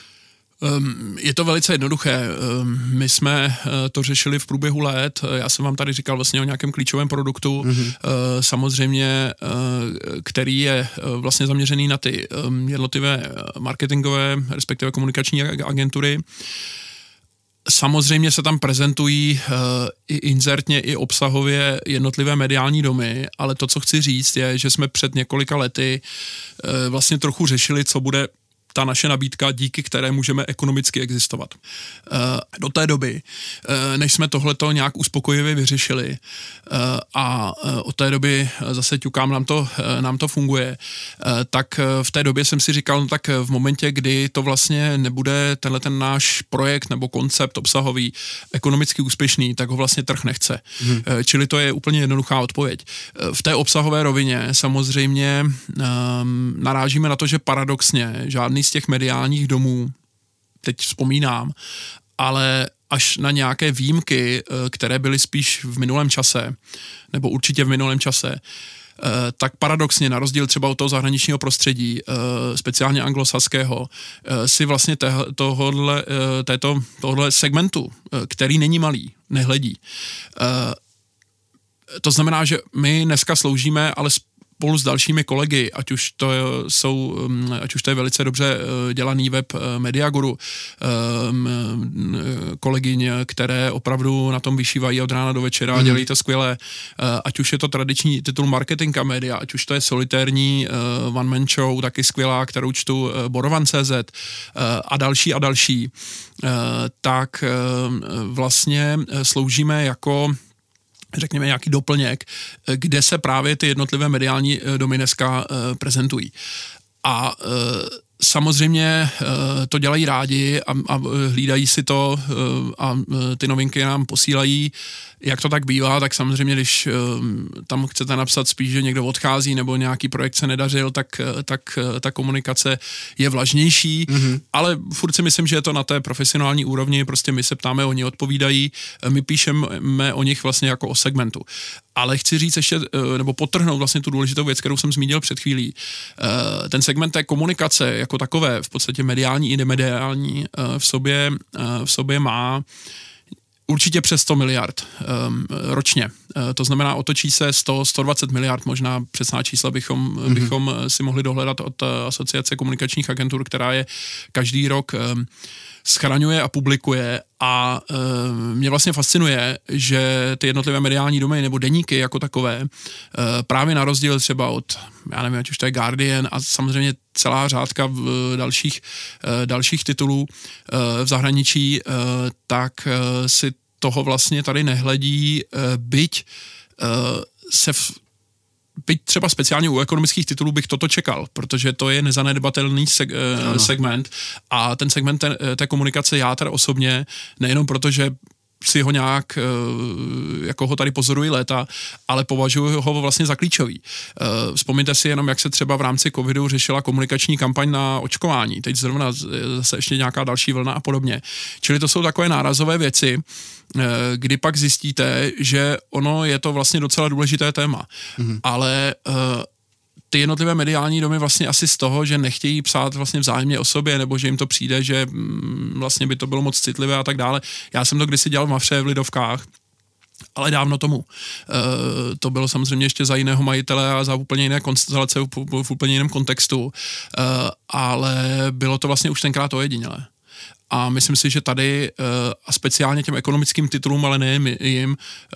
Je to velice jednoduché. My jsme to řešili v průběhu let. Já jsem vám tady říkal vlastně o nějakém klíčovém produktu, mm-hmm. samozřejmě, který je vlastně zaměřený na ty jednotlivé marketingové, respektive komunikační agentury. Samozřejmě se tam prezentují uh, i inzertně, i obsahově jednotlivé mediální domy, ale to, co chci říct, je, že jsme před několika lety uh, vlastně trochu řešili, co bude ta naše nabídka, díky které můžeme ekonomicky existovat. Do té doby, než jsme tohleto nějak uspokojivě vyřešili a od té doby zase ťukám, nám to, nám to funguje, tak v té době jsem si říkal, no tak v momentě, kdy to vlastně nebude tenhle ten náš projekt nebo koncept obsahový ekonomicky úspěšný, tak ho vlastně trh nechce. Hmm. Čili to je úplně jednoduchá odpověď. V té obsahové rovině samozřejmě um, narážíme na to, že paradoxně žádný z těch mediálních domů, teď vzpomínám, ale až na nějaké výjimky, které byly spíš v minulém čase, nebo určitě v minulém čase, tak paradoxně, na rozdíl třeba od toho zahraničního prostředí, speciálně anglosaského, si vlastně tohohle, této, tohohle segmentu, který není malý, nehledí. To znamená, že my dneska sloužíme, ale spolu s dalšími kolegy, ať už to jsou, ať už to je velice dobře dělaný web Mediaguru, kolegyň, které opravdu na tom vyšívají od rána do večera a mm. dělají to skvěle, ať už je to tradiční titul Marketing a média, ať už to je solitérní one man show, taky skvělá, kterou čtu Borovan tečka cé zet a další a další, tak vlastně sloužíme jako řekněme nějaký doplněk, kde se právě ty jednotlivé mediální domy dneska prezentují. A samozřejmě to dělají rádi a, a hlídají si to a ty novinky nám posílají. Jak to tak bývá, tak samozřejmě, když tam chcete napsat spíš, že někdo odchází nebo nějaký projekt se nedařil, tak, tak ta komunikace je vlažnější, mm-hmm. ale furt si myslím, že je to na té profesionální úrovni, prostě my se ptáme, oni odpovídají, my píšeme o nich vlastně jako o segmentu. Ale chci říct ještě, nebo podtrhnout vlastně tu důležitou věc, kterou jsem zmínil před chvílí. Ten segment té komunikace jako takové, v podstatě mediální i nemediální, v sobě, v sobě má určitě přes sto miliard um, ročně. Uh, to znamená, otočí se sto, sto dvacet miliard, možná přesná čísla bychom, mm-hmm. bychom si mohli dohledat od uh, Asociace komunikačních agentur, která je každý rok um, schraňuje a publikuje a uh, mě vlastně fascinuje, že ty jednotlivé mediální domy nebo deníky jako takové, uh, právě na rozdíl třeba od, já nevím, ať už to je Guardian a samozřejmě celá řádka v, uh, dalších, uh, dalších titulů uh, v zahraničí, uh, tak uh, si toho vlastně tady nehledí, uh, byť uh, se v byť třeba speciálně u ekonomických titulů bych toto čekal, protože to je nezanedbatelný seg, uh, segment a ten segment té, té komunikace já teda osobně, nejenom proto, že si ho nějak, jako ho tady pozoruji léta, ale považuji ho vlastně za klíčový. Vzpomeňte si jenom, jak se třeba v rámci covidu řešila komunikační kampaň na očkování. Teď zrovna zase ještě nějaká další vlna a podobně. Čili to jsou takové nárazové věci, kdy pak zjistíte, že ono je to vlastně docela důležité téma. Mm-hmm. Ale ty jednotlivé mediální domy vlastně asi z toho, že nechtějí psát vlastně vzájemně o sobě, nebo že jim to přijde, že vlastně by to bylo moc citlivé a tak dále. Já jsem to kdysi dělal v Mafře v Lidovkách, ale dávno tomu. E, to bylo samozřejmě ještě za jiného majitele a za úplně jiné konstelace v, v úplně jiném kontextu, e, ale bylo to vlastně už tenkrát ojedinělé. A myslím si, že tady a speciálně těm ekonomickým titulům, ale nejen jim,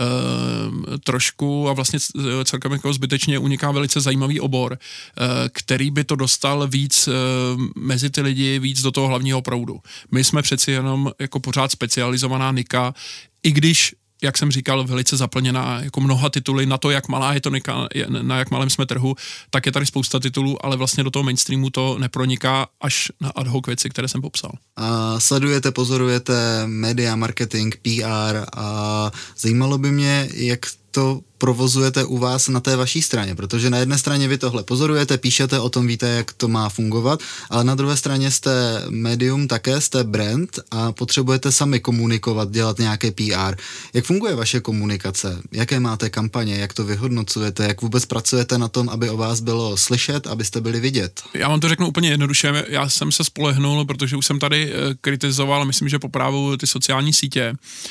trošku a vlastně celkem jako zbytečně uniká velice zajímavý obor, který by to dostal víc mezi ty lidi, víc do toho hlavního proudu. My jsme přeci jenom jako pořád specializovaná nika, i když jak jsem říkal, velice zaplněná jako mnoha tituly na to, jak malá je to nika, na jak malém jsme trhu, tak je tady spousta titulů, ale vlastně do toho mainstreamu to neproniká až na ad hoc věci, které jsem popsal. A sledujete, pozorujete média, marketing, P R a zajímalo by mě, jak to provozujete u vás na té vaší straně, protože na jedné straně vy tohle pozorujete, píšete o tom, víte, jak to má fungovat, ale na druhé straně jste médium také, jste brand a potřebujete sami komunikovat, dělat nějaké P R. Jak funguje vaše komunikace? Jaké máte kampaně? Jak to vyhodnocujete? Jak vůbec pracujete na tom, aby o vás bylo slyšet, abyste byli vidět? Já vám to řeknu úplně jednoduše. Já jsem se spolehnul, protože už jsem tady kritizoval, myslím, že po právu ty sociální sítě.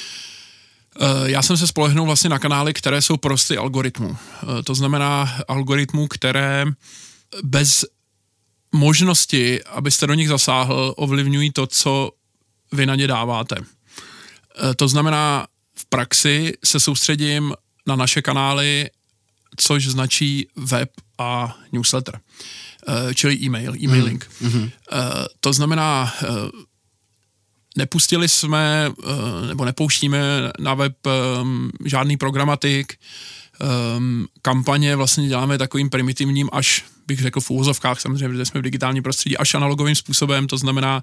Já jsem se spolehnul vlastně na kanály, které jsou prosty algoritmů. To znamená algoritmů, které bez možnosti, abyste do nich zasáhl, ovlivňují to, co vy na ně dáváte. To znamená, v praxi se soustředím na naše kanály, což značí web a newsletter, čili e-mail, e-mailing. Mm-hmm. To znamená, nepustili jsme, nebo nepouštíme na web žádný programatik, kampaně vlastně děláme takovým primitivním, až bych řekl v úvozovkách, samozřejmě, protože jsme v digitálním prostředí, až analogovým způsobem, to znamená,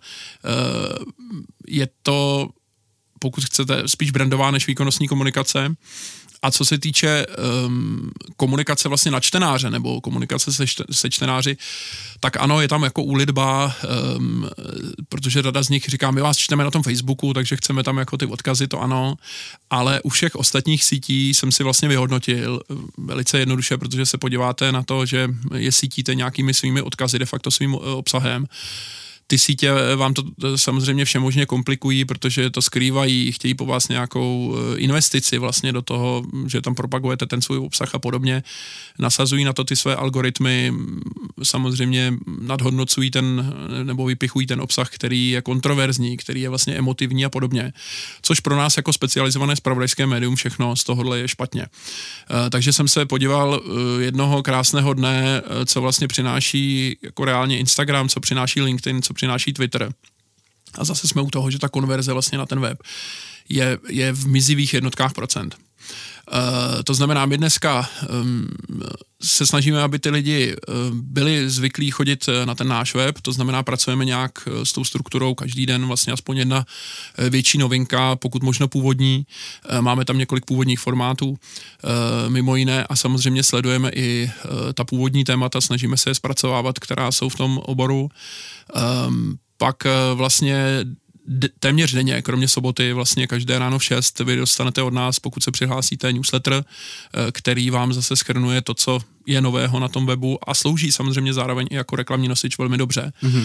je to, pokud chcete, spíš brandová než výkonnostní komunikace. A co se týče um, komunikace vlastně na čtenáře nebo komunikace se, šte, se čtenáři, tak ano, je tam jako úlitba, um, protože řada z nich říká, my vás čteme na tom Facebooku, takže chceme tam jako ty odkazy, to ano, ale u všech ostatních sítí jsem si vlastně vyhodnotil velice jednoduše, protože se podíváte na to, že je sítíte nějakými svými odkazy, de facto svým obsahem. Ty sítě vám to samozřejmě všemožně komplikují, protože to skrývají, chtějí po vás nějakou investici vlastně do toho, že tam propagujete ten svůj obsah a podobně. Nasazují na to ty své algoritmy, samozřejmě nadhodnocují ten, nebo vypichují ten obsah, který je kontroverzní, který je vlastně emotivní a podobně. Což pro nás jako specializované zpravodajské médium všechno z tohohle je špatně. Takže jsem se podíval jednoho krásného dne, co vlastně přináší jako reálně Instagram, co přináší LinkedIn, co přináší Twitter. A zase jsme u toho, že ta konverze vlastně na ten web je, je v mizivých jednotkách procent. Uh, to znamená, my dneska um, se snažíme, aby ty lidi uh, byli zvyklí chodit na ten náš web, to znamená, pracujeme nějak uh, s tou strukturou, každý den vlastně aspoň jedna uh, větší novinka, pokud možno původní, uh, máme tam několik původních formátů, uh, mimo jiné, a samozřejmě sledujeme i uh, ta původní témata, snažíme se je zpracovávat, která jsou v tom oboru. Um, pak uh, vlastně D- téměř denně, kromě soboty, vlastně každé ráno v šest vy dostanete od nás, pokud se přihlásíte, newsletter, který vám zase shrnuje to, co je nového na tom webu a slouží samozřejmě zároveň i jako reklamní nosič velmi dobře. Mm-hmm.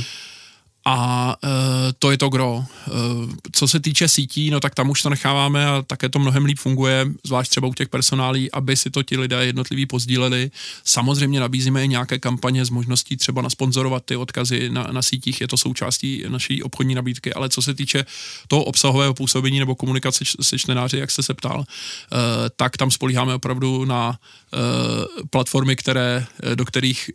A e, to je to gro. E, co se týče sítí, no tak tam už to necháváme a také to mnohem líp funguje, zvlášť třeba u těch personálí, aby si to ti lidé jednotliví pozdíleli. Samozřejmě nabízíme i nějaké kampaně s možností třeba nasponzorovat ty odkazy na, na sítích, je to součástí naší obchodní nabídky, ale co se týče toho obsahového působení nebo komunikace se čtenáři, jak jste se ptal, e, tak tam spolíháme opravdu na e, platformy, které, do kterých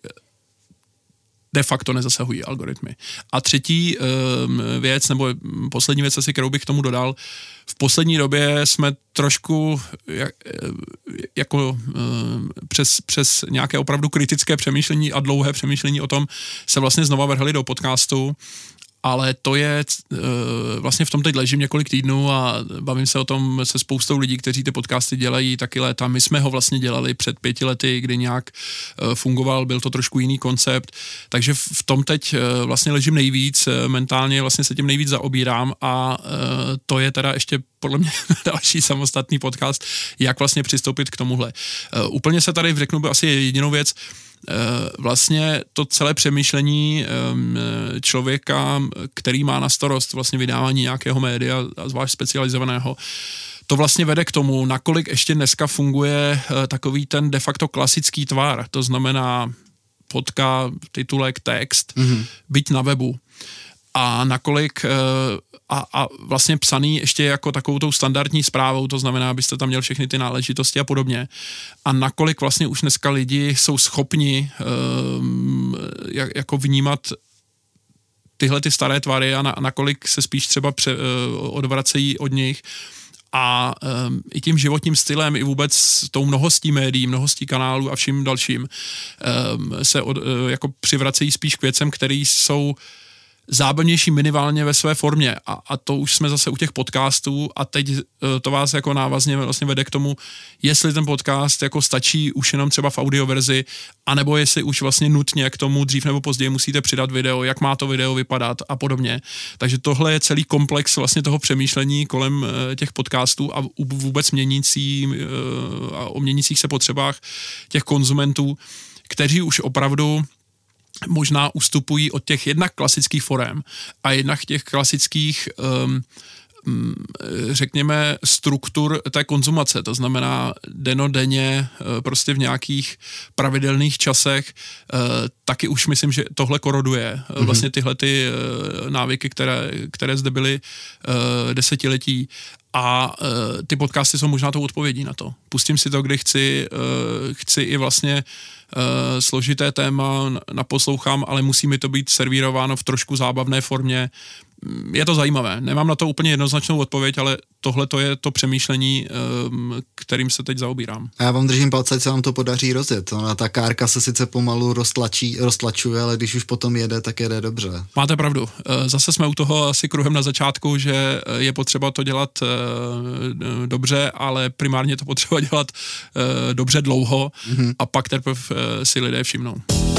de facto nezasahují algoritmy. A třetí um, věc, nebo poslední věc, asi, kterou bych k tomu dodal, v poslední době jsme trošku jak, jako um, přes, přes nějaké opravdu kritické přemýšlení a dlouhé přemýšlení o tom se vlastně znova vrhli do podcastu, ale to je, vlastně v tom teď ležím několik týdnů a bavím se o tom se spoustou lidí, kteří ty podcasty dělají taky léta. My jsme ho vlastně dělali před pěti lety, kdy nějak fungoval, byl to trošku jiný koncept, takže v tom teď vlastně ležím nejvíc, mentálně vlastně se tím nejvíc zaobírám a to je teda ještě podle mě další samostatný podcast, jak vlastně přistoupit k tomuhle. Úplně se tady řeknu asi jedinou věc, vlastně to celé přemýšlení člověka, který má na starost vlastně vydávání nějakého média, a zvlášť specializovaného, to vlastně vede k tomu, nakolik ještě dneska funguje takový ten de facto klasický tvar, to znamená fotka, titulek, text, mm-hmm. byť na webu. A nakolik a, a vlastně psaný ještě jako takovou tou standardní zprávou, to znamená, abyste tam měl všechny ty náležitosti a podobně. A nakolik vlastně už dneska lidi jsou schopni um, jak, jako vnímat tyhle ty staré tvary a na, nakolik se spíš třeba pře, uh, odvracejí od nich. A um, i tím životním stylem, i vůbec tou mnohostí médií, mnohostí kanálů a vším dalším um, se od, uh, jako přivracejí spíš k věcem, které jsou zábavnější minimálně ve své formě a, a to už jsme zase u těch podcastů a teď uh, to vás jako návazně vlastně vede k tomu, jestli ten podcast jako stačí už jenom třeba v audioverzi, anebo jestli už vlastně nutně k tomu dřív nebo později musíte přidat video, jak má to video vypadat a podobně. Takže tohle je celý komplex vlastně toho přemýšlení kolem uh, těch podcastů a vůbec měnící uh, a o měnících se potřebách těch konzumentů, kteří už opravdu možná ustupují od těch jednak klasických forem a jednak těch klasických um, řekněme, struktur té konzumace, to znamená denodenně, prostě v nějakých pravidelných časech, taky už myslím, že tohle koroduje. Mm-hmm. Vlastně tyhle ty návyky, které, které zde byly desetiletí. A uh, ty podcasty jsou možná tou odpovědí na to. Pustím si to, kdy chci, uh, chci i vlastně uh, složité téma naposlouchám, ale musí mi to být servírováno v trošku zábavné formě. Je to zajímavé. Nemám na to úplně jednoznačnou odpověď, ale tohle to je to přemýšlení, um, kterým se teď zaobírám. A já vám držím palce, ať se vám to podaří rozjet. Ona, ta kárka se sice pomalu roztlačí, roztlačuje, ale když už potom jede, tak jede dobře. Máte pravdu. Zase jsme u toho asi kruhem na začátku, že je potřeba to dělat uh, dobře, ale primárně to potřeba dělat uh, dobře dlouho mm-hmm. a pak teprve uh, si lidé všimnou.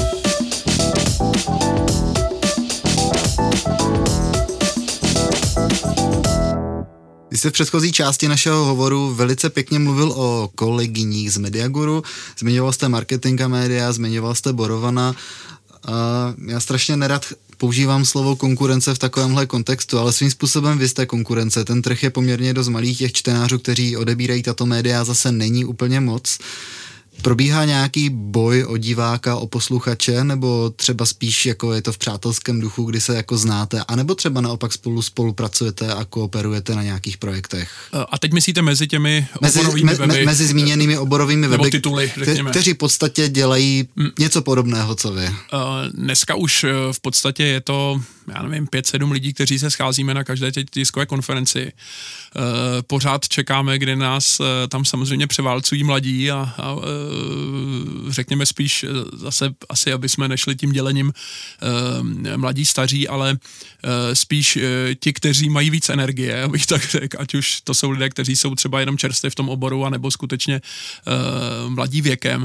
Vy jste v předchozí části našeho hovoru velice pěkně mluvil o kolegyních z Mediaguru, zmiňoval jste marketing a média, zmiňoval jste Borovana. A já strašně nerad používám slovo konkurence v takovémhle kontextu, ale svým způsobem vy jste konkurence. Ten trh je poměrně dost malý, těch čtenářů, kteří odebírají tato média, zase není úplně moc. Probíhá nějaký boj o diváka, o posluchače, nebo třeba spíš jako je to v přátelském duchu, kdy se jako znáte, anebo třeba naopak spolu spolupracujete a kooperujete na nějakých projektech? A teď myslíte mezi těmi mezi, oborovými me, weby? Me, mezi zmíněnými oborovými nebo weby, tituly, řekněme. Kte, kteří v podstatě dělají mm. něco podobného, co vy. Dneska už v podstatě je to, já nevím, pět, sedm lidí, kteří se scházíme na každé tiskové konferenci. Pořád čekáme, kdy nás tam samozřejmě převálcují mladí a, a řekněme spíš zase asi, aby jsme nešli tím dělením mladí, staří, ale spíš ti, kteří mají víc energie, abych tak řekl, ať už to jsou lidé, kteří jsou třeba jenom čerstvě v tom oboru, anebo skutečně mladí věkem,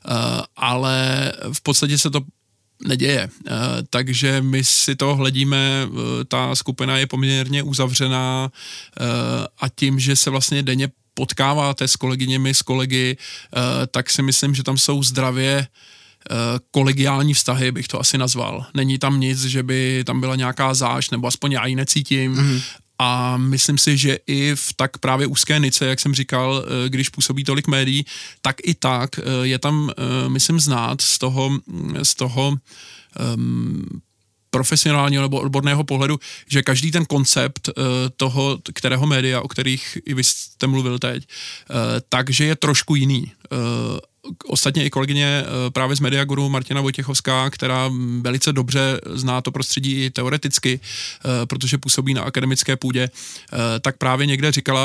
ale v podstatě se to neděje. Uh, takže my si to hledíme, uh, ta skupina je poměrně uzavřená uh, a tím, že se vlastně denně potkáváte s kolegyněmi, s kolegy, uh, tak si myslím, že tam jsou zdravě uh, kolegiální vztahy, bych to asi nazval. Není tam nic, že by tam byla nějaká zášť, nebo aspoň já ji necítím. Mm-hmm. A myslím si, že i v tak právě úzké nice, jak jsem říkal, když působí tolik médií, tak i tak je tam, myslím, znát z toho, z toho um, profesionálního nebo odborného pohledu, že každý ten koncept uh, toho, kterého média, o kterých i vy jste mluvil teď, uh, takže je trošku jiný. Uh, Ostatně i kolegyně právě z Mediaguru Martina Vojtěchovská, která velice dobře zná to prostředí i teoreticky, protože působí na akademické půdě, tak právě někde říkala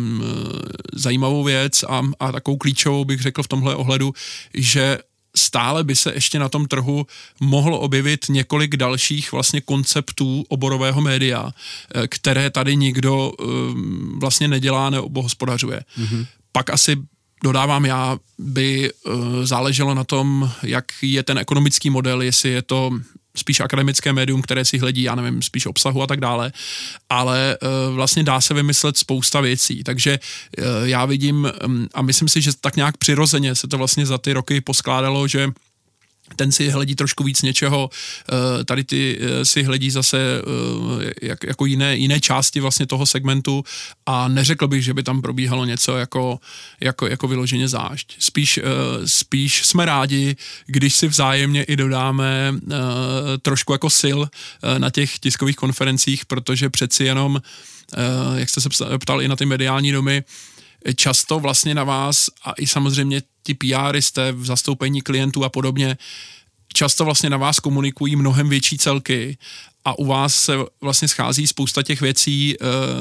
zajímavou věc a, a takovou klíčovou bych řekl v tomhle ohledu, že stále by se ještě na tom trhu mohlo objevit několik dalších vlastně konceptů oborového média, které tady nikdo vlastně nedělá, neobohospodařuje. Mm-hmm. Pak asi dodávám já, by uh, záleželo na tom, jak je ten ekonomický model, jestli je to spíš akademické médium, které si hledí, já nevím, spíš obsahu a tak dále, ale uh, vlastně dá se vymyslet spousta věcí, takže uh, já vidím um, a myslím si, že tak nějak přirozeně se to vlastně za ty roky poskládalo, že ten si hledí trošku víc něčeho, tady ty si hledí zase jak, jako jiné, jiné části vlastně toho segmentu a neřekl bych, že by tam probíhalo něco jako, jako, jako vyloženě zášť. Spíš, spíš jsme rádi, když si vzájemně i dodáme trošku jako sil na těch tiskových konferencích, protože přeci jenom, jak jste se ptal i na ty mediální domy, často vlastně na vás a i samozřejmě ti PRisté v zastoupení klientů a podobně, často vlastně na vás komunikují mnohem větší celky a u vás se vlastně schází spousta těch věcí,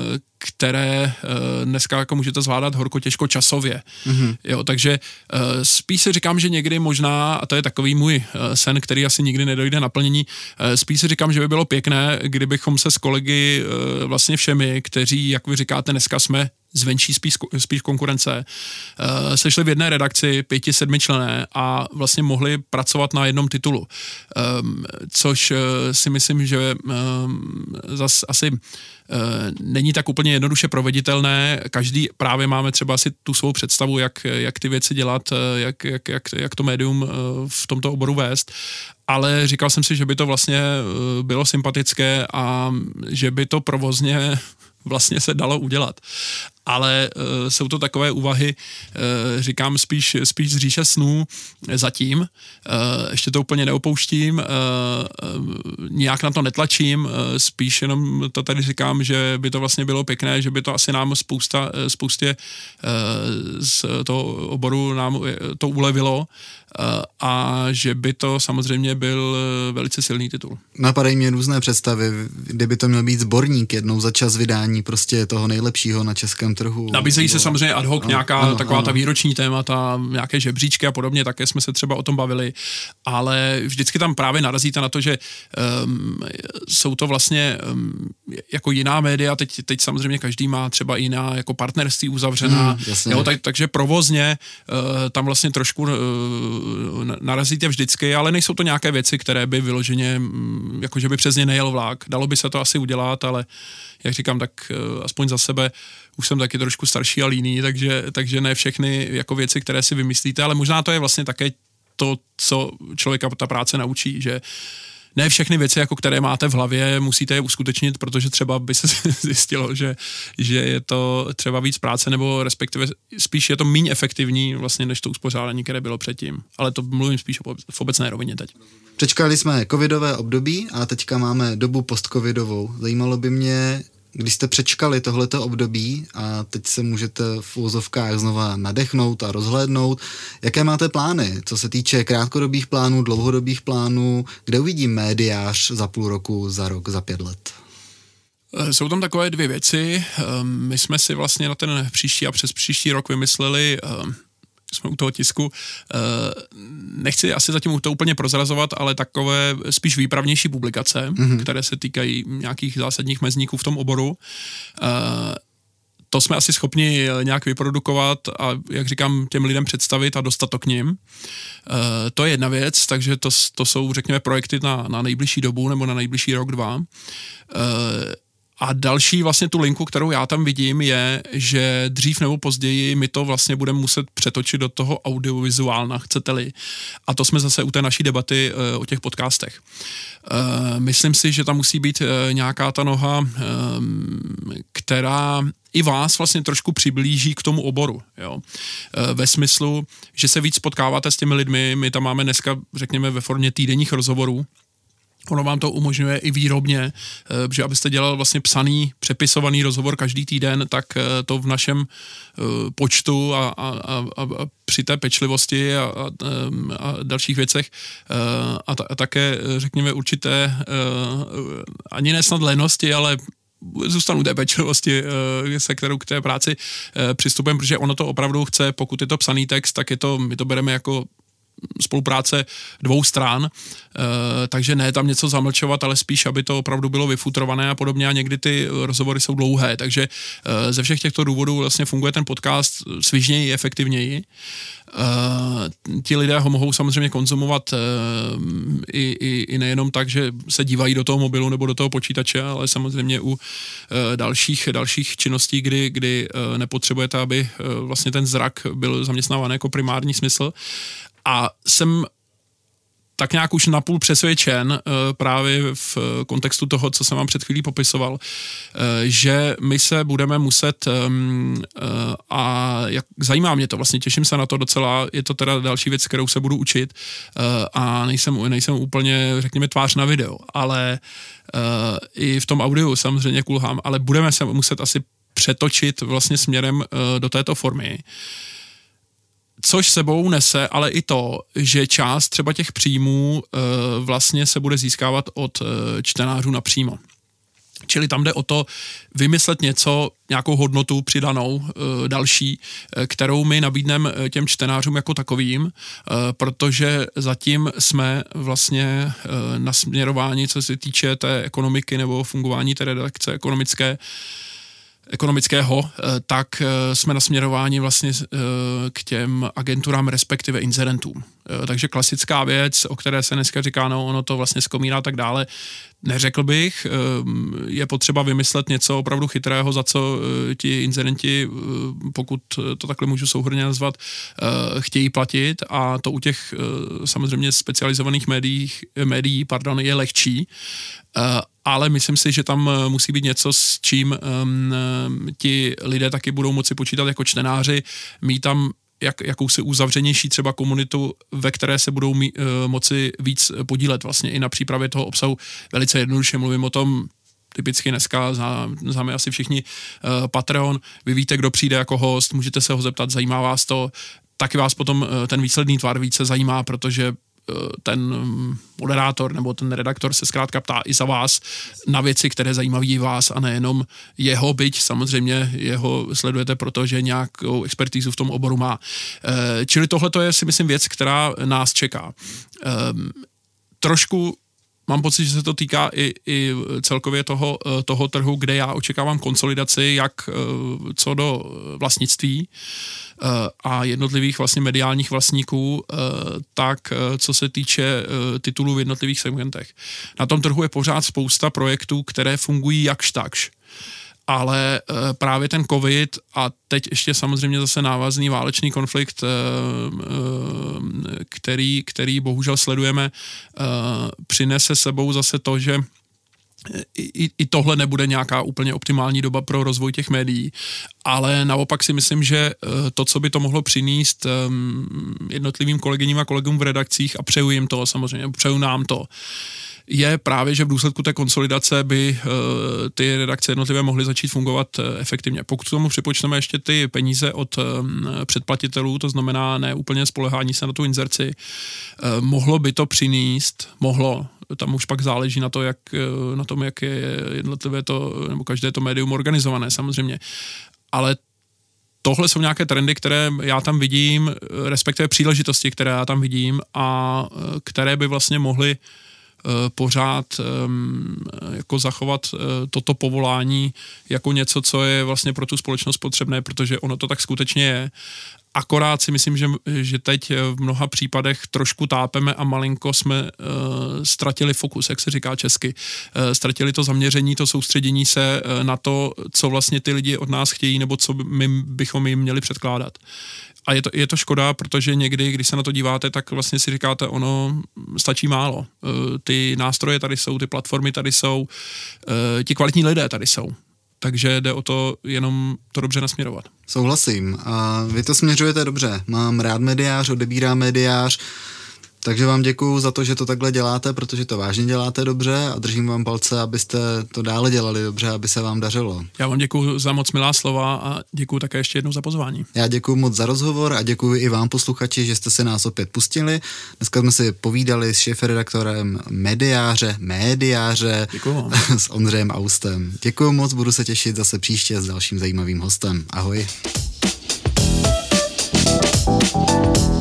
které dneska jako můžete zvládat horko těžko časově. Mm-hmm. Jo, takže spíš si říkám, že někdy možná, a to je takový můj sen, který asi nikdy nedojde naplnění, spíš si říkám, že by bylo pěkné, kdybychom se s kolegy vlastně všemi, kteří, jak vy říkáte, dneska jsme zvenčí spíš, spíš konkurence, sešli v jedné redakci pěti, sedmi člené a vlastně mohli pracovat na jednom titulu. Což si myslím, že zas asi není tak úplně jednoduše proveditelné. Každý právě máme třeba asi tu svou představu, jak, jak ty věci dělat, jak, jak, jak, jak to médium v tomto oboru vést. ale říkal jsem si, že by to vlastně bylo sympatické a že by to provozně vlastně se dalo udělat. Ale uh, jsou to takové úvahy, uh, říkám spíš, spíš z říše snů zatím. Uh, ještě to úplně neopouštím, uh, uh, nijak na to netlačím, uh, spíš jenom to tady říkám, že by to vlastně bylo pěkné, že by to asi nám spousta, spoustě uh, z toho oboru nám to ulevilo uh, a že by to samozřejmě byl velice silný titul. Napadají mě různé představy, kdyby to měl být sborník jednou za čas vydání prostě toho nejlepšího na českém trhu. Nabízejí se samozřejmě ad hoc ano, nějaká ano, taková ano. ta výroční témata, nějaké žebříčky a podobně, také jsme se třeba o tom bavili, ale vždycky tam právě narazíte na to, že um, jsou to vlastně um, jako jiná média, teď, teď samozřejmě každý má třeba jiná jako partnerství uzavřená, hmm, jo, tak, takže provozně uh, tam vlastně trošku uh, narazíte vždycky, ale nejsou to nějaké věci, které by vyloženě, um, jakože by přes ně nejel vlak. Dalo by se to asi udělat, ale jak říkám, tak uh, aspoň za sebe už jsem taky trošku starší a líný, takže, takže ne všechny jako věci, které si vymyslíte, ale možná to je vlastně také to, co člověka ta práce naučí, že ne všechny věci, jako které máte v hlavě, musíte je uskutečnit, protože třeba by se zjistilo, že, že je to třeba víc práce, nebo respektive spíš je to méně efektivní vlastně, než to uspořádání, které bylo předtím. Ale to mluvím spíš v obecné rovině teď. Přečkali jsme covidové období a teďka máme dobu postcovidovou. Zajímalo by mě, když jste přečkali tohleto období a teď se můžete v úvozovkách znova nadechnout a rozhlédnout, jaké máte plány, co se týče krátkodobých plánů, dlouhodobých plánů, kde uvidím médiář za půl roku, za rok, za pět let? Jsou tam takové dvě věci. My jsme si vlastně na ten příští a přes příští rok vymysleli, jsme u toho tisku, nechci asi zatím to úplně prozrazovat, ale takové spíš výpravnější publikace, mm-hmm. které se týkají nějakých zásadních mezníků v tom oboru. To jsme asi schopni nějak vyprodukovat a, jak říkám, těm lidem představit a dostat to k nim. To je jedna věc, takže to, to jsou, řekněme, projekty na, na nejbližší dobu nebo na nejbližší rok, dva. A další vlastně tu linku, kterou já tam vidím, je, že dřív nebo později my to vlastně budeme muset přetočit do toho audiovizuálna, chcete-li. A to jsme zase u té naší debaty uh, o těch podcastech. Uh, myslím si, že tam musí být uh, nějaká ta noha, um, která i vás vlastně trošku přiblíží k tomu oboru. Jo? Uh, ve smyslu, že se víc potkáváte s těmi lidmi, my tam máme dneska, řekněme, ve formě týdenních rozhovorů. Ono vám to umožňuje i výrobně, že abyste dělal vlastně psaný, přepisovaný rozhovor každý týden, tak to v našem počtu a, a, a, a při té pečlivosti a, a, a dalších věcech a, ta, a také, řekněme, určité ani nesnad lenosti, ale zůstanu té pečlivosti, se kterou k té práci přistupujeme, protože ono to opravdu chce, pokud je to psaný text, tak je to, my to bereme jako spolupráce dvou stran, e, takže ne tam něco zamlčovat, ale spíš, aby to opravdu bylo vyfutrované a podobně a někdy ty rozhovory jsou dlouhé, takže e, ze všech těchto důvodů vlastně funguje ten podcast svižněji, efektivněji. E, ti lidé ho mohou samozřejmě konzumovat e, i, i, i nejenom tak, že se dívají do toho mobilu nebo do toho počítače, ale samozřejmě u e, dalších, dalších činností, kdy, kdy e, nepotřebujete, aby e, vlastně ten zrak byl zaměstnáván jako primární smysl. A jsem tak nějak už napůl přesvědčen uh, právě v kontextu toho, co jsem vám před chvílí popisoval, uh, že my se budeme muset um, uh, a jak, zajímá mě to, vlastně těším se na to docela, je to teda další věc, kterou se budu učit uh, a nejsem, nejsem úplně, řekněme, tvář na video, ale uh, i v tom audiu samozřejmě kulhám, ale budeme se muset asi přetočit vlastně směrem uh, do této formy. Což sebou nese ale i to, že část třeba těch příjmů e, vlastně se bude získávat od e, čtenářů napřímo. Čili tam jde o to vymyslet něco, nějakou hodnotu přidanou, e, další, e, kterou my nabídneme těm čtenářům jako takovým, e, protože zatím jsme vlastně e, nasměrováni, co se týče té ekonomiky nebo fungování té redakce ekonomické, ekonomického, tak jsme nasměrováni vlastně k těm agenturám, respektive inzerentům. Takže klasická věc, o které se dneska říká, no ono to vlastně skomírá a tak dále, neřekl bych, je potřeba vymyslet něco opravdu chytrého, za co ti inzerenti, pokud to takhle můžu souhrnně nazvat, chtějí platit, a to u těch samozřejmě specializovaných médií, médií pardon, je lehčí, ale myslím si, že tam musí být něco, s čím um, ti lidé taky budou moci počítat jako čtenáři, mít tam jak, jakousi uzavřenější třeba komunitu, ve které se budou mí, uh, moci víc podílet vlastně i na přípravě toho obsahu. Velice jednoduše mluvím o tom, typicky dneska známe asi všichni uh, Patreon, vy víte, kdo přijde jako host, můžete se ho zeptat, zajímá vás to, taky vás potom uh, ten výsledný tvar více zajímá, protože ten moderátor nebo ten redaktor se zkrátka ptá i za vás na věci, které zajímaví vás a nejenom jeho, byť samozřejmě jeho sledujete, protože nějakou expertízu v tom oboru má. Čili tohle to je, si myslím, věc, která nás čeká. Trošku mám pocit, že se to týká i, i celkově toho, toho trhu, kde já očekávám konsolidaci, jak co do vlastnictví a jednotlivých vlastně mediálních vlastníků, tak co se týče titulů v jednotlivých segmentech. Na tom trhu je pořád spousta projektů, které fungují jakž takž. Ale právě ten covid a teď ještě samozřejmě zase návazný válečný konflikt, který, který bohužel sledujeme, přinese sebou zase to, že I, i tohle nebude nějaká úplně optimální doba pro rozvoj těch médií, ale naopak si myslím, že to, co by to mohlo přinést jednotlivým kolegyním a kolegům v redakcích, a přeju jim to samozřejmě, přeju nám to, je právě, že v důsledku té konsolidace by uh, ty redakce jednotlivé mohly začít fungovat uh, efektivně. Pokud tomu připočteme ještě ty peníze od uh, předplatitelů, to znamená ne úplně spolehání se na tu inzerci, uh, mohlo by to přinést, mohlo, tam už pak záleží na to, jak, uh, na tom, jak je jednotlivé to, nebo každé to médium organizované samozřejmě, ale tohle jsou nějaké trendy, které já tam vidím, respektive příležitosti, které já tam vidím a uh, které by vlastně mohly pořád um, jako zachovat uh, toto povolání jako něco, co je vlastně pro tu společnost potřebné, protože ono to tak skutečně je. Akorát si myslím, že, že teď v mnoha případech trošku tápeme a malinko jsme uh, ztratili fokus, jak se říká česky. Uh, ztratili to zaměření, to soustředění se uh, na to, co vlastně ty lidi od nás chtějí, nebo co my bychom jim měli předkládat. A je to, je to škoda, protože někdy, když se na to díváte, tak vlastně si říkáte, ono stačí málo. Ty nástroje tady jsou, ty platformy tady jsou, ti kvalitní lidé tady jsou. Takže jde o to jenom to dobře nasměrovat. Souhlasím. A vy to směřujete dobře. Mám rád mediář, odebírám mediář, takže vám děkuju za to, že to takhle děláte, protože to vážně děláte dobře a držím vám palce, abyste to dále dělali dobře, aby se vám dařilo. Já vám děkuju za moc milá slova a děkuju také ještě jednou za pozvání. Já děkuju moc za rozhovor a děkuju i vám, posluchači, že jste se nás opět pustili. Dneska jsme si povídali s šéfredaktorem mediáře, médiáře, s Ondřejem Austem. Děkuju moc, budu se těšit zase příště s dalším zajímavým hostem. Ahoj.